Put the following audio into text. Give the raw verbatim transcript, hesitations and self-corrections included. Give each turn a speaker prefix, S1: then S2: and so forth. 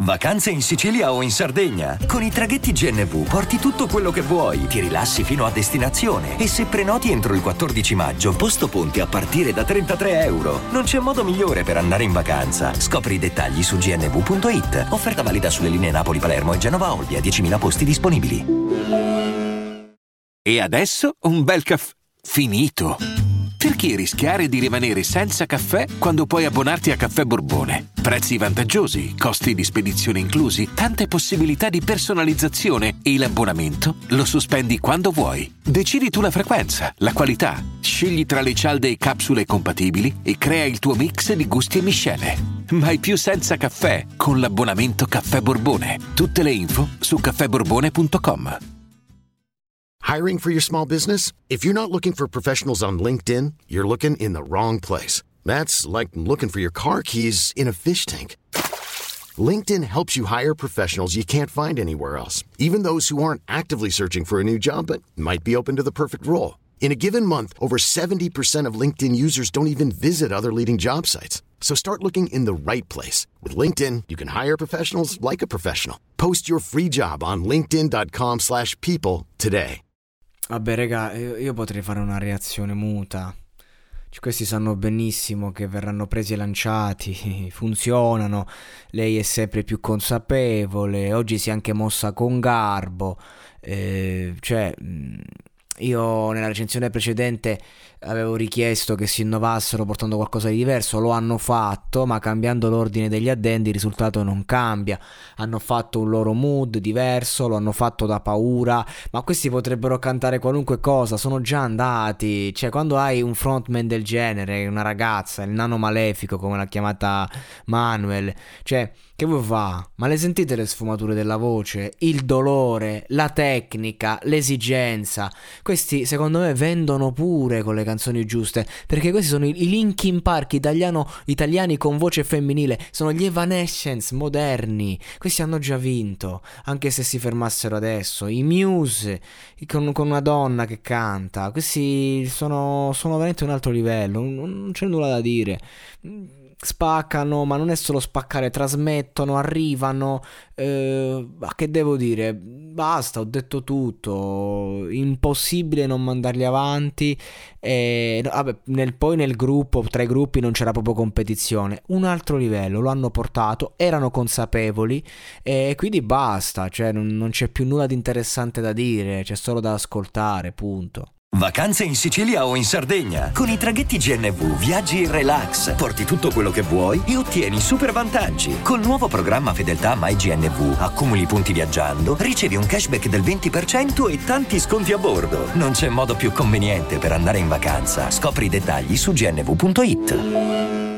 S1: Vacanze in Sicilia o in Sardegna? Con i traghetti G N V porti tutto quello che vuoi, ti rilassi fino a destinazione e se prenoti entro il quattordici maggio, posto ponti a partire da trentatré euro. Non c'è modo migliore per andare in vacanza. Scopri i dettagli su g n v punto i t. Offerta valida sulle linee Napoli-Palermo e Genova-Olbia, diecimila posti disponibili.
S2: E adesso un bel caffè finito. Perché rischiare di rimanere senza caffè quando puoi abbonarti a Caffè Borbone? Prezzi vantaggiosi, costi di spedizione inclusi, tante possibilità di personalizzazione e l'abbonamento lo sospendi quando vuoi. Decidi tu la frequenza, la qualità, scegli tra le cialde e capsule compatibili e crea il tuo mix di gusti e miscele. Mai più senza caffè con l'abbonamento Caffè Borbone. Tutte le info su caffè borbone punto com.
S3: Hiring for your small business? If you're not looking for professionals on LinkedIn, you're looking in the wrong place. That's like looking for your car keys in a fish tank. LinkedIn helps you hire professionals you can't find anywhere else, even those who aren't actively searching for a new job but might be open to the perfect role. In a given month, over seventy percent of LinkedIn users don't even visit other leading job sites. So start looking in the right place. With LinkedIn, you can hire professionals like a professional. Post your free job on linkedin dot com slash people today.
S4: Vabbè raga, io, io potrei fare una reazione muta. Cioè, questi sanno benissimo che verranno presi e lanciati, funzionano, lei è sempre più consapevole, oggi si è anche mossa con garbo, eh, cioè io nella recensione precedente avevo richiesto che si innovassero portando qualcosa di diverso, lo hanno fatto, ma cambiando l'ordine degli addendi il risultato non cambia. Hanno fatto un loro mood diverso, lo hanno fatto da paura, ma questi potrebbero cantare qualunque cosa, sono già andati. Cioè, quando hai un frontman del genere, una ragazza, il nano malefico come l'ha chiamata Manuel, cioè che vuoi fa? Ma le sentite le sfumature della voce? Il dolore, la tecnica, l'esigenza. Questi secondo me vendono pure con le canzoni giuste, perché questi sono i, i Linkin Park italiano, italiani con voce femminile, sono gli Evanescence moderni. Questi hanno già vinto, anche se si fermassero adesso. I Muse con, con una donna che canta, questi sono, sono veramente un altro livello, non, non c'è nulla da dire. Spaccano, ma non è solo spaccare, trasmettono, arrivano, eh, ma che devo dire, basta, ho detto tutto, impossibile non mandarli avanti. E vabbè, nel, poi nel gruppo, tra i gruppi non c'era proprio competizione, un altro livello, lo hanno portato, erano consapevoli e quindi basta, cioè non, non c'è più nulla di interessante da dire, c'è solo da ascoltare, punto.
S1: Vacanze in Sicilia o in Sardegna? Con i traghetti G N V viaggi in relax, porti tutto quello che vuoi e ottieni super vantaggi. Col nuovo programma Fedeltà MyGNV accumuli punti viaggiando, ricevi un cashback del venti per cento e tanti sconti a bordo. Non c'è modo più conveniente per andare in vacanza. Scopri i dettagli su g n v punto i t.